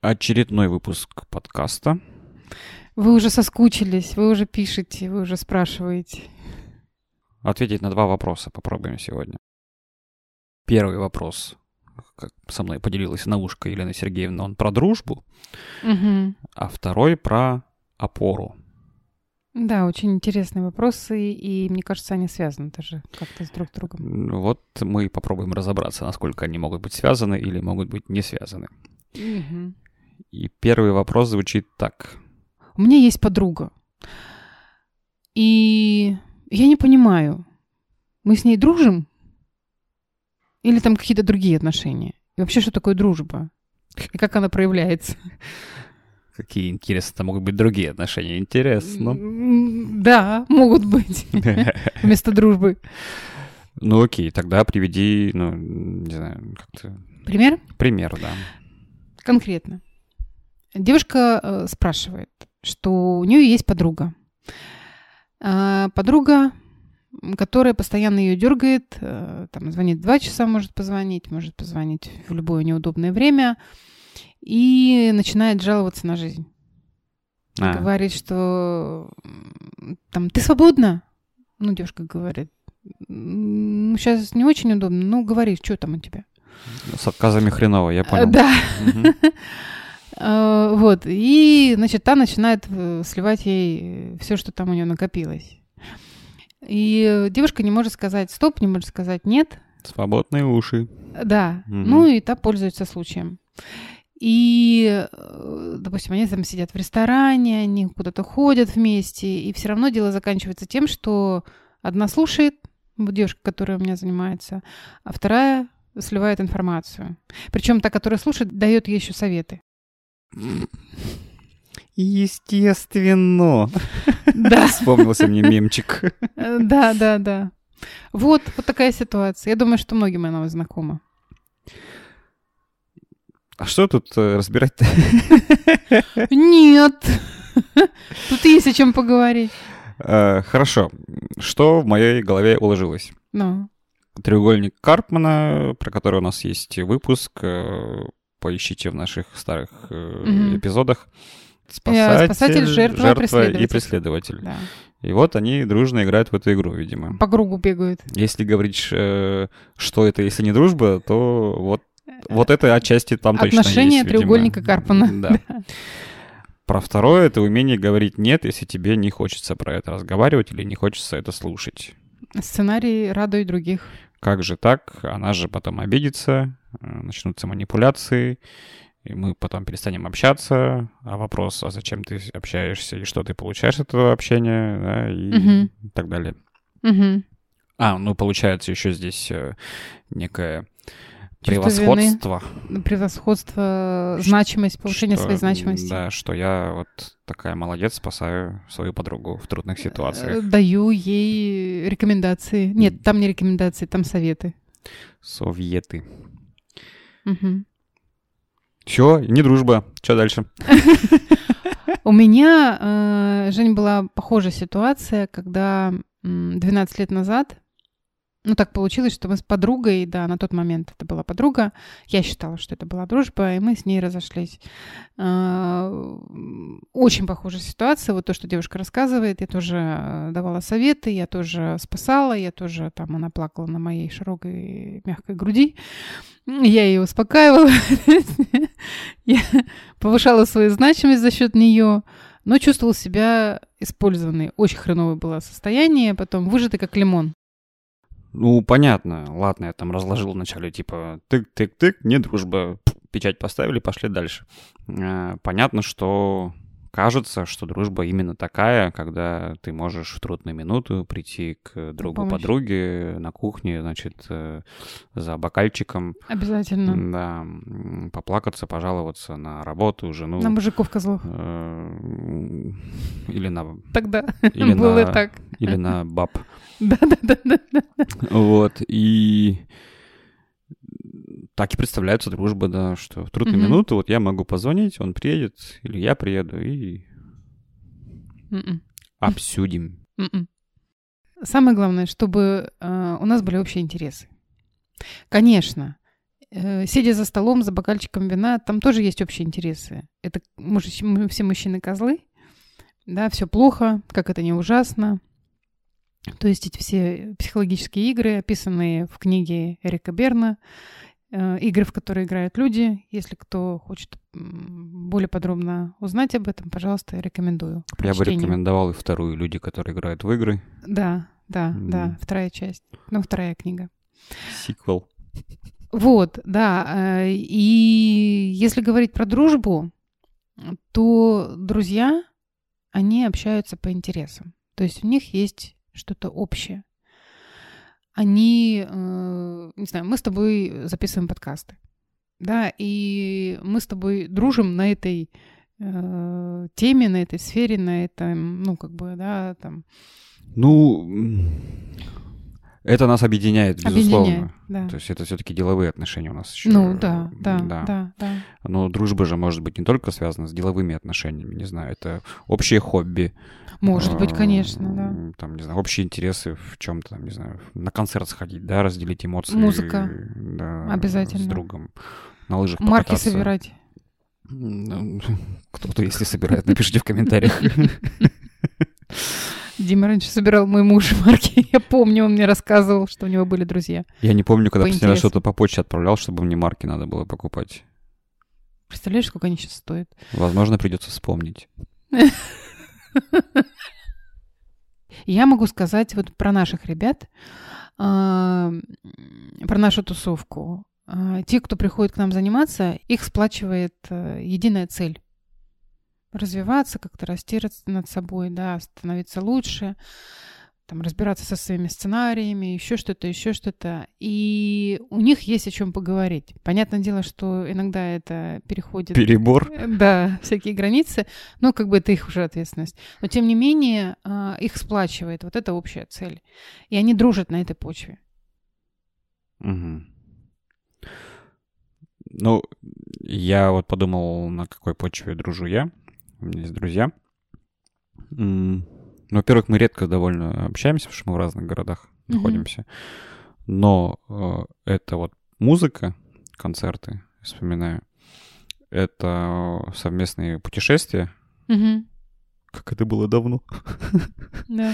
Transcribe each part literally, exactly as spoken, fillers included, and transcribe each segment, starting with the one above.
Очередной выпуск подкаста. Вы уже соскучились, вы уже пишете, вы уже спрашиваете. Ответить на два вопроса попробуем сегодня. Первый вопрос, как со мной поделилась на ушко Елена Сергеевна, он про дружбу, Угу. а второй про опору. Да, очень интересные вопросы, и мне кажется, они связаны даже как-то с друг другом. Ну Вот мы попробуем разобраться, насколько они могут быть связаны или могут быть не связаны. Угу. И первый вопрос звучит так. У меня есть подруга, и я не понимаю, мы с ней дружим или там какие-то другие отношения? И вообще, что такое дружба? И как она проявляется? Какие интересные могут быть другие отношения? Интересно. М, Да, могут быть вместо дружбы. Ну окей, тогда приведи, ну, не знаю, как-то Пример? пример, да. Конкретно. Девушка э, спрашивает, что у нее есть подруга. А, подруга, которая постоянно ее дергает, э, там звонит два часа, может позвонить, может позвонить в любое неудобное время и начинает жаловаться на жизнь. А, Говорит, что м, там ты свободна? Ну, девушка говорит, «М, ну, сейчас не очень удобно, ну, говори, что там у тебя? с отказами хреново, я Э, понял. Да. Мгм. Э, Вот. И, значит, та начинает э, сливать ей все, что там у нее накопилось. И э, девушка не может сказать стоп, не может сказать нет. Свободные уши. Да. Мгм. Ну и та пользуется случаем. И, э, допустим, они там сидят в ресторане, они куда-то ходят вместе, и все равно дело заканчивается тем, что одна слушает, вот девушка, которая у меня занимается, а вторая сливает информацию. Причем та, которая слушает, дает ей еще советы. Естественно. Да. Вспомнился мне мемчик. Э, Да, да, да. Вот, вот такая ситуация. Я думаю, что многим она знакома. А что тут э, разбирать-то? Нет. Тут есть о чем поговорить. Э, Хорошо. Что в моей голове уложилось? Ну, Треугольник Карпмана, про который у нас есть выпуск. э, Поищите в наших старых э, Мгм. эпизодах. Спасатель, спасатель, жертва, и преследователь. преследователь. да. И вот они дружно играют в эту игру, видимо. По кругу бегают. Если говорить, э, что это, если не дружба, то вот, вот это отчасти там точно есть, Отношения видимо. треугольника Карпмана. Да. Про второе — это умение говорить «нет», если тебе не хочется про это разговаривать или не хочется это слушать. Сценарий «Радуй других». Как же так? Она же потом обидится, э, начнутся манипуляции, и мы потом перестанем общаться. А вопрос, а зачем ты общаешься и что ты получаешь от этого общения, да, и Мгм. так далее. Мгм. А, ну, получается, еще здесь э, некое Чувство превосходство. Превосходство, значимость, повышение что, своей значимости. Да, что я вот такая молодец, спасаю свою подругу в трудных Э, ситуациях. Даю ей рекомендации. Нет, там не рекомендации, там советы. Советы. Мгм. Все, не дружба. Что дальше? У меня, э, Жень, была похожая ситуация, когда м, двенадцать лет назад, ну, так получилось, что мы с подругой, да, на тот момент это была подруга, я считала, что это была дружба, и мы с ней разошлись. Э, Очень похожая ситуация, вот то, что девушка рассказывает, я тоже э, давала советы, я тоже спасала, я тоже, там, она плакала на моей широкой мягкой груди, я ее успокаивала, я повышала свою значимость за счет нее, но чувствовала себя использованной. Очень хреновое было состояние, потом выжатый как лимон. Ну, понятно. Ладно, я там разложил вначале, типа, тык-тык-тык, не дружба. Печать поставили, пошли дальше. А, Понятно, что кажется, что дружба именно такая, когда ты можешь в трудную минуту прийти к другу Помощь. подруге на кухне, значит, э, за бокальчиком, Обязательно. да, м, поплакаться, пожаловаться на работу, жену. На мужиков козлов. э, Или на, Тогда или было на, так. или на баб. Да-да-да. Вот, и так и представляется дружба, да, что в трудную Мгм. минуту вот я могу позвонить, он приедет, или я приеду, и Мгм. обсудим. Мгм. Самое главное, чтобы э, у нас были общие интересы. Конечно, э, сидя за столом, за бокальчиком вина, там тоже есть общие интересы. Это мы, же, мы все мужчины козлы, да, все плохо, как это не ужасно. То есть эти все психологические игры, описанные в книге Эрика Берна, э, игры, в которые играют люди. Если кто хочет более подробно узнать об этом, пожалуйста, рекомендую. Я бы рекомендовал и вторую «Люди, которые играют в игры». Да, да, mm. да, вторая часть, ну, вторая книга. Сиквел. Вот, да. И если говорить про дружбу, то друзья, они общаются по интересам. То есть у них есть что-то общее. Они, не знаю, мы с тобой записываем подкасты, да, и мы с тобой дружим на этой теме, на этой сфере, на этом, ну, как бы, да, там... Ну... Это нас объединяет, безусловно. Объединяет, да. То есть это все-таки деловые отношения у нас еще. Ну да, да, да, да, да. Но дружба же может быть не только связана с деловыми отношениями, не знаю, это общее хобби. Может быть, конечно, да. Там, не знаю, общие интересы в чем-то, там, не знаю, на концерт сходить, да, разделить эмоции. Музыка. Да, обязательно. С другом. На лыжах Марки покататься. собирать. Кто-кто, если собирает, напишите в комментариях. Дима раньше собирал мой муж марки. Я помню, он мне рассказывал, что у него были друзья. Я не помню, когда последний раз что-то по почте отправлял, чтобы мне марки надо было покупать. Представляешь, сколько они сейчас стоят? Возможно, придется вспомнить. Я могу сказать вот про наших ребят, про нашу тусовку. Те, кто приходит к нам заниматься, их сплачивает единая цель. Развиваться, как-то расти над собой, да, становиться лучше, там, разбираться со своими сценариями, еще что-то, еще что-то. И у них есть о чем поговорить. Понятное дело, что иногда это переходит... Перебор. Да, всякие границы, но как бы это их уже ответственность. Но, тем не менее, их сплачивает вот эта общая цель. И они дружат на этой почве. Угу. Ну, я вот подумал, на какой почве дружу я. У меня есть друзья. Ну, во-первых, мы редко довольно общаемся, потому что мы в разных городах mm-hmm. находимся. Но э, это вот музыка, концерты, вспоминаю. Это совместные путешествия. Mm-hmm. Как это было давно. Да.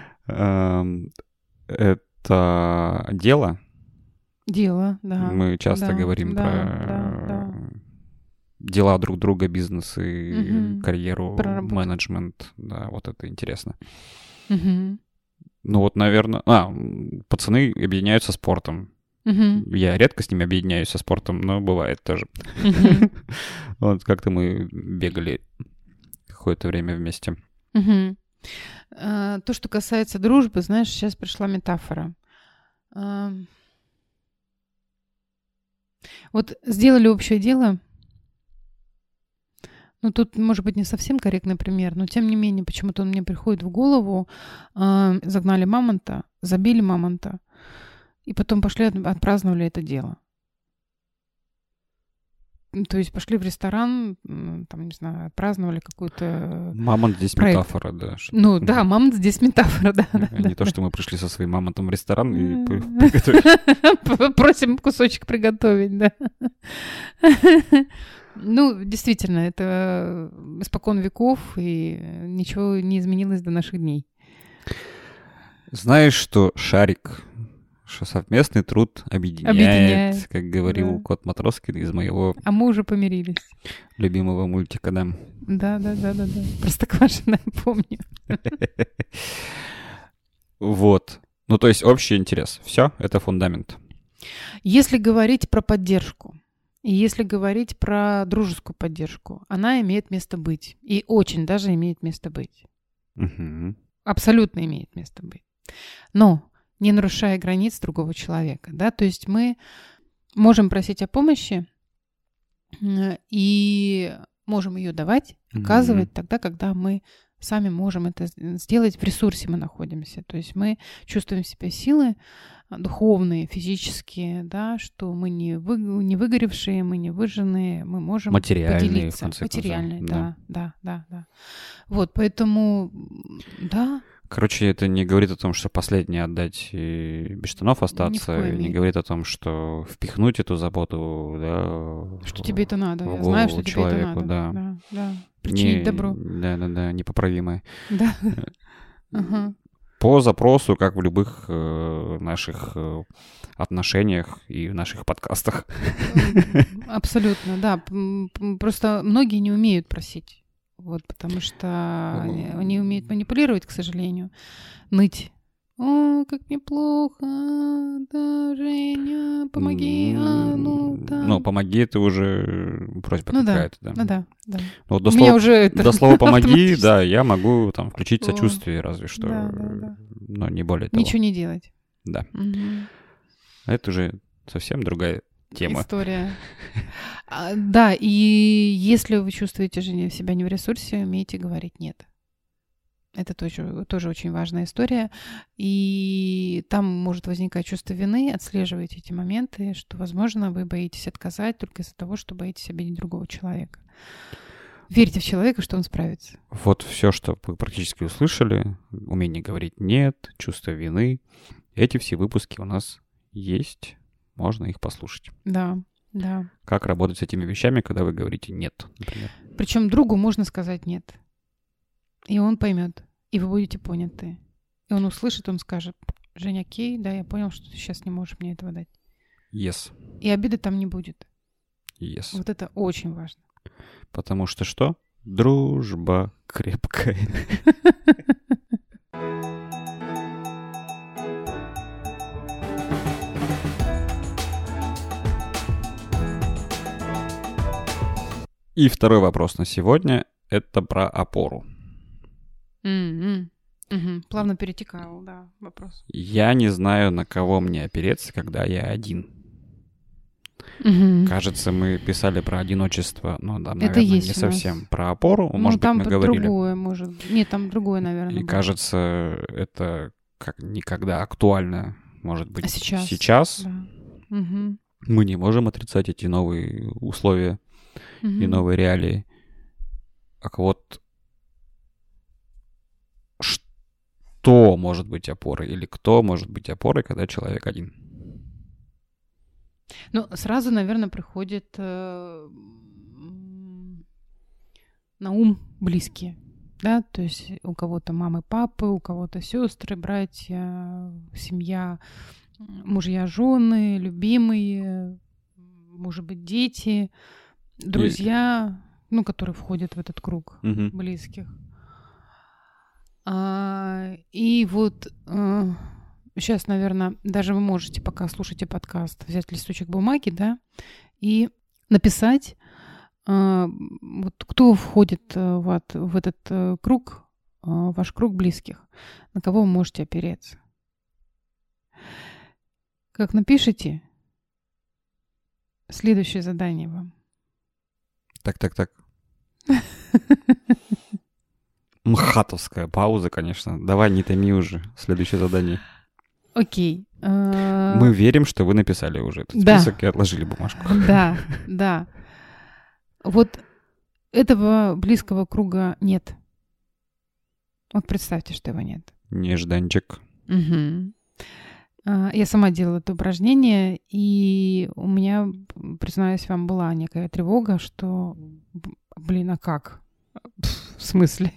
Это дело. Дело, да. Мы часто да, говорим да, про... Да, да. дела друг друга, бизнес и угу. карьеру, Проработка. менеджмент. Да, вот это интересно. Угу. Ну вот, наверное... А, пацаны объединяются спортом. Угу. Я редко с ними объединяюсь со спортом, но бывает тоже. Угу. Вот как-то мы бегали какое-то время вместе. Угу. А, то, что касается дружбы, знаешь, сейчас пришла метафора. А... Вот сделали общее дело... Ну, тут, может быть, не совсем корректный пример, но, тем не менее, почему-то он мне приходит в голову. Э, загнали мамонта, забили мамонта, и потом пошли, отпраздновали это дело. То есть пошли в ресторан, там, не знаю, отпраздновали какую-то... Мамонт здесь проект. Метафора, да. Ну, да, мамонт здесь метафора, да. Не да, то, да. что мы пришли со своим мамонтом в ресторан и приготовили. Просим кусочек приготовить, да. Ну, действительно, это испокон веков, и ничего не изменилось до наших дней. Знаешь, что шарик, что совместный труд объединяет, объединяет как говорил да. Кот Матроскин из моего... А мы уже помирились. Любимого мультика, да. Да-да-да-да-да. Простоквашино, помню. Вот. Ну, то есть общий интерес. Все, это фундамент. Если говорить про поддержку, и если говорить про дружескую поддержку, она имеет место быть. И очень даже имеет место быть. Угу. Абсолютно имеет место быть. Но не нарушая границ другого человека. Да? То есть мы можем просить о помощи и можем ее давать, оказывать угу. тогда, когда мы сами можем это сделать, в ресурсе мы находимся. То есть мы чувствуем в себе силы духовные, физические, да, что мы не, вы, не выгоревшие, мы не выжженные, мы можем материальные, поделиться. В конце Материальные, концов. да, да, да, да, да. Вот, поэтому, да. Короче, это не говорит о том, что последнее отдать и без штанов остаться, Ни в коем не мере. говорит о том, что впихнуть эту заботу, да, Что в- тебе это надо. в Я голову знаю, что тебе это человеку, надо. да. Да, да. Причинить Не- добро. Да-да-да, непоправимое. Да. Ага. По запросу, как в любых э, наших э, отношениях и в наших подкастах. М, Абсолютно, да. М, м, Просто многие не умеют просить. Вот, потому что они, они умеют манипулировать, к сожалению. Ныть. О, как мне плохо. Да, Женя, помоги. А, ну, да. Ну, помоги, это уже просьба Ну да, какая-то, да. Ну да, да. Ну, вот до У меня слова, уже это до слова помоги, автоматически. да, я могу там включить О. сочувствие, разве что, Да, да, да. но не более того. Ничего не делать. Да. Мгм. А это уже совсем другая тема. История. А, да, и если вы чувствуете Женя, себя не в ресурсе, умейте говорить «нет». Это тоже, тоже очень важная история. И там может возникать чувство вины. Отслеживайте эти моменты, что, возможно, вы боитесь отказать только из-за того, что боитесь обидеть другого человека. Верьте в человека, что он справится. Вот все, что вы практически услышали, умение говорить «нет», чувство вины, эти все выпуски у нас есть, можно их послушать. Да, да. Как работать с этими вещами, когда вы говорите «нет», например. Причем другу можно сказать «нет». И он поймет, и вы будете поняты. И он услышит, он скажет: Женя, окей, да, я понял, что ты сейчас не можешь мне этого дать. Yes. И обиды там не будет. Yes. Вот это очень важно. Потому что что? Дружба крепкая. И второй вопрос на сегодня — это про опору. М-м. Мгм. Плавно перетекал, да, вопрос. Я не знаю, на кого мне опереться, когда я один. Мгм. Кажется, мы писали про одиночество, но там, Это наверное, есть не у нас. совсем про опору. Ну, Может быть, там мы под говорили. другое, может. Нет, там другое, наверное. И было. кажется, это как никогда актуально, может быть, А сейчас? сейчас. Да. Мгм. Мы не можем отрицать эти новые условия и Мгм. новые реалии. А вот что может быть опорой? Или кто может быть опорой, когда человек один? Ну, сразу, наверное, приходит э, м, на ум близкие, да, то есть у кого-то мамы, папы, у кого-то сестры, братья, семья, м, мужья, жены, любимые, может быть, дети, друзья, ну, которые входят в этот круг Мгм. близких. А, и вот сейчас, наверное, даже вы можете, пока слушаете подкаст, взять листочек бумаги, да, и написать, а, вот кто входит а, вот, в этот а, круг, а, ваш круг близких, на кого вы можете опереться. Как напишите, следующее задание вам. Так, так, так. Мхатовская пауза, конечно. Давай, не томи уже. Следующее задание. Окей. а, Мы верим, что вы написали уже этот Да. список и отложили бумажку. Да, да. Вот этого близкого круга нет. Вот представьте, что его нет. Нежданчик. Мгм. А, Я сама делала это упражнение, и у меня, признаюсь вам, была некая тревога, что, б- блин, а как? Пф, В смысле?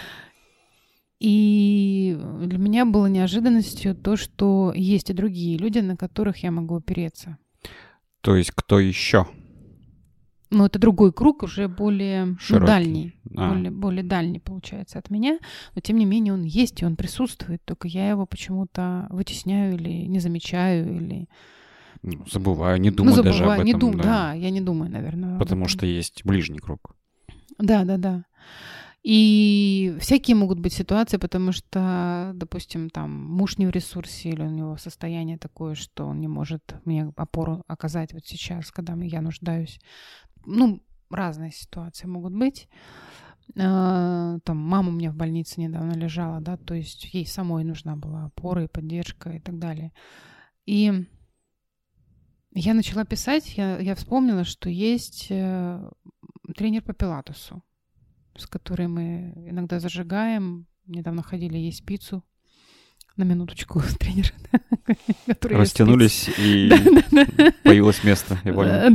И для меня было неожиданностью то, что есть и другие люди, на которых я могу опереться. То есть кто еще? Но это другой круг, уже более ну, Широкий. дальний. А. Более, более дальний, получается, от меня. Но, тем не менее, он есть, и он присутствует. Только я его почему-то вытесняю или не замечаю, или... Ну, забываю, не думаю ну, даже об забываю, этом. не думаю, да. да. я не думаю, наверное. об Потому этом. что есть ближний круг. Да, да, да. И всякие могут быть ситуации, потому что, допустим, там муж не в ресурсе, или у него состояние такое, что он не может мне опору оказать вот сейчас, когда я нуждаюсь. Ну, разные ситуации могут быть. А, Там мама у меня в больнице недавно лежала, да, то есть ей самой нужна была опора и поддержка и так далее. И я начала писать, я, я вспомнила, что есть э, тренер по пилатесу, с которой мы иногда зажигаем недавно ходили есть пиццу. На минуточку, тренер. Растянулись, и появилось место, я понял.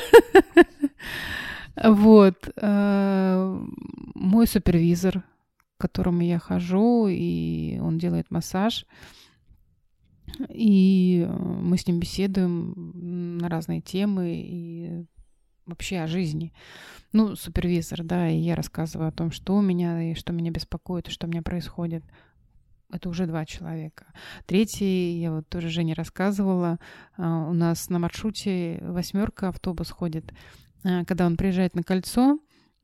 Вот. Мой супервизор, к которому я хожу, и он делает массаж. И мы с ним беседуем на разные темы и вообще о жизни. Ну, супервизор, да, и я рассказываю о том, что у меня, и что меня беспокоит, и что у меня происходит. Это уже два человека. Третий, я вот тоже Жене рассказывала, у нас на маршруте восьмерка автобус ходит. Когда он приезжает на кольцо,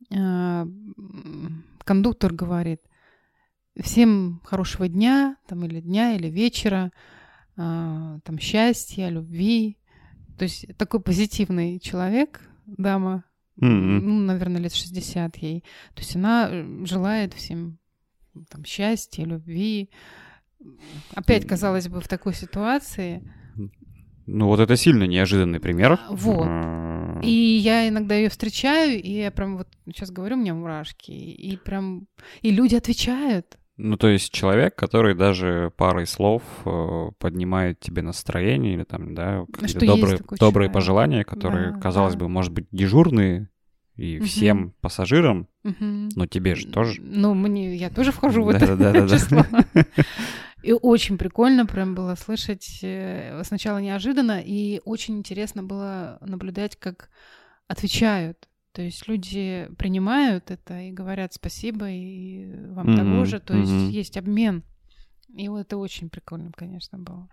кондуктор говорит: всем хорошего дня, там, или дня, или вечера, там, счастья, любви. То есть такой позитивный человек, дама, mm-hmm. ну, наверное, лет шестьдесят ей. То есть она желает всем там счастья, любви. Опять, казалось бы, в такой ситуации. Ну, вот это сильно неожиданный пример. Вот. И я иногда ее встречаю, и я прям вот сейчас говорю, у меня мурашки, и прям... И люди отвечают. Ну, то есть человек, который даже парой слов поднимает тебе настроение, или там, да, какие-то добрые, добрые пожелания, которые, да, казалось да. бы, может быть, дежурные, и угу. всем пассажирам, угу. но тебе же тоже. Ну, мне, я тоже вхожу в это число. И очень прикольно прям было слышать, сначала неожиданно, и очень интересно было наблюдать, как отвечают. То есть люди принимают это и говорят спасибо, и вам mm-hmm. того же. То есть mm-hmm. есть обмен. И вот это очень прикольно, конечно, было.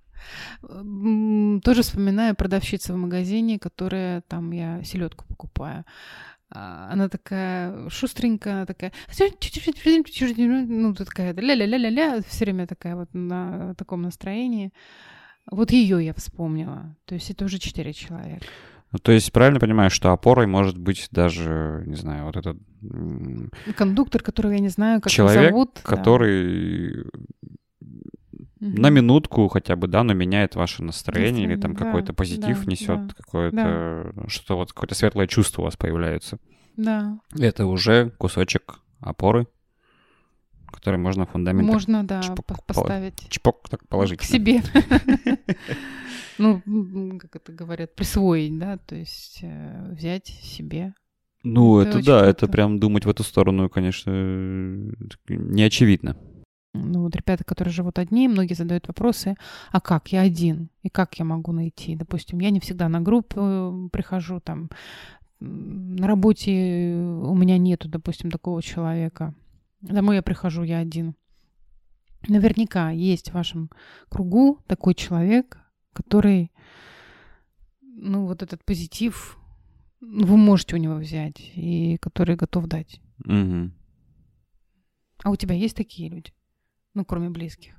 Тоже вспоминаю продавщицу в магазине, которая там, я селедку покупаю. Она такая шустренькая, она такая, ну, такая ля-ля-ля-ля-ля, все время такая вот на таком настроении. Вот ее я вспомнила. То есть это уже четыре человека. Ну, то есть правильно понимаю, что опорой может быть даже, не знаю, вот этот... кондуктор, которого я не знаю, как человек, его зовут. Человек, который... Mm-hmm. На минутку хотя бы, да, но меняет ваше настроение, настроение или там да, какой-то позитив да, несет, да, какое-то, да. что-то вот, какое-то светлое чувство у вас появляется. Да. Это уже кусочек опоры, который можно в фундамент... Можно, да, чпок, поставить. Чпок так положить. К себе. Ну, как это говорят, присвоить, да, то есть взять себе. Ну, это да, это прям думать в эту сторону, конечно, не очевидно. Ну, вот ребята, которые живут одни, многие задают вопросы, а как, я один, и как я могу найти? Допустим, я не всегда на группу прихожу, там, на работе у меня нету, допустим, такого человека. Домой я прихожу, я один. Наверняка есть в вашем кругу такой человек, который, ну, вот этот позитив, вы можете у него взять, и который готов дать. Угу. А у тебя есть такие люди? Ну, кроме близких.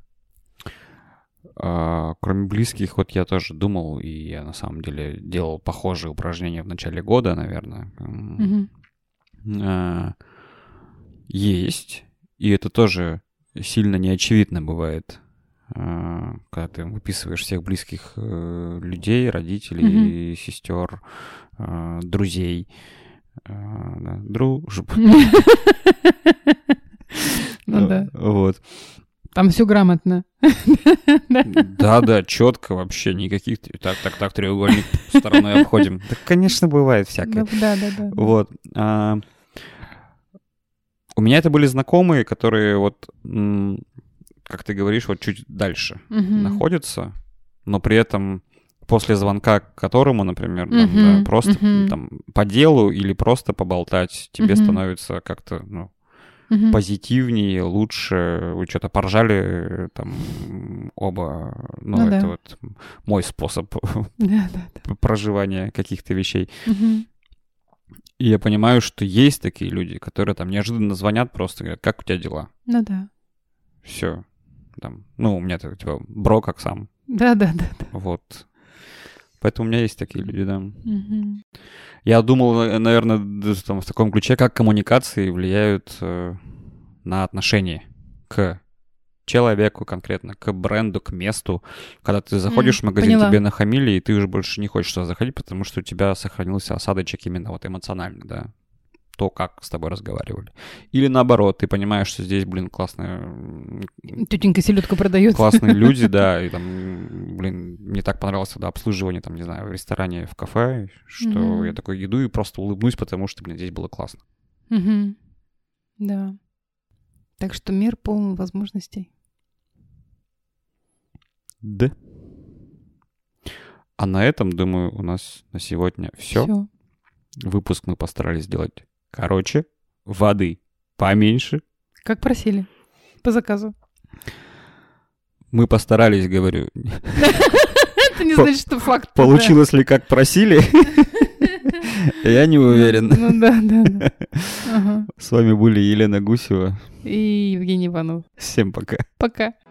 А, кроме близких, вот я тоже думал, и я на самом деле делал похожие упражнения в начале года, наверное. Угу. А, есть, и это тоже сильно неочевидно бывает, а, когда ты выписываешь всех близких а, людей, родителей, угу. сестер, а, друзей. А, да, дружб. Ну да. Вот. Там все грамотно. Да, да, четко вообще, никаких... Так, так, так, треугольник стороной обходим. Да, конечно, бывает всякое. Да, да, да. Вот. А, у меня это были знакомые, которые вот, как ты говоришь, вот чуть дальше угу. находятся, но при этом после звонка к которому, например, там, угу. да, просто угу. там по делу или просто поболтать, тебе угу. становится как-то, ну, Uh-huh. позитивнее, лучше, вы что-то поржали там оба, ну, ну это да. вот мой способ да, да, да. проживания каких-то вещей. Uh-huh. И я понимаю, что есть такие люди, которые там неожиданно звонят, просто говорят, как у тебя дела? Ну да. Все. Там, ну, у меня типа бро как сам. Да, да, да, да. Вот. Поэтому у меня есть такие люди, да. Uh-huh. Я думал, наверное, там, в таком ключе, как коммуникации влияют э, на отношение к человеку конкретно, к бренду, к месту. Когда ты заходишь mm, в магазин, поняла. Тебе нахамили, и ты уже больше не хочешь туда заходить, потому что у тебя сохранился осадочек именно вот эмоциональный, да. что, как с тобой разговаривали. Или наоборот, ты понимаешь, что здесь, блин, классные... Тетенька селедка продает. Классные люди, да, и там, блин, мне так понравилось тогда обслуживание, там, не знаю, в ресторане, в кафе, что mm-hmm. я такой иду и просто улыбнусь, потому что, блин, здесь было классно. Mm-hmm. Да. Так что мир полон возможностей. Да. А на этом, думаю, у нас на сегодня все. Все. Выпуск мы постарались сделать короче, воды поменьше. Как просили, по заказу. Мы постарались, говорю. Это не значит, что факт. Получилось ли, как просили? Я не уверен. Ну да, да, да. С вами были Елена Гусева и Евгений Иванов. Всем пока. Пока.